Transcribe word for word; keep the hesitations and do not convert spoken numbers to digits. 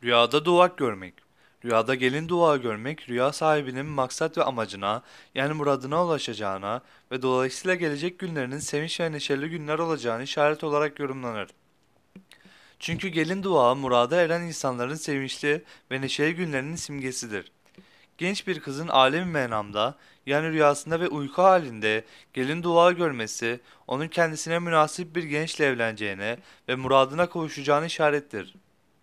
Rüyada duvak görmek. Rüyada gelin duvağı görmek, rüya sahibinin maksat ve amacına, yani muradına ulaşacağına ve dolayısıyla gelecek günlerinin sevinç ve neşeli günler olacağını işaret olarak yorumlanır. Çünkü gelin duağı murada eren insanların sevinçli ve neşeli günlerinin simgesidir. Genç bir kızın alem menamda, yani rüyasında ve uyku halinde gelin duağı görmesi, onun kendisine münasip bir gençle evleneceğine ve muradına kavuşacağını işarettir.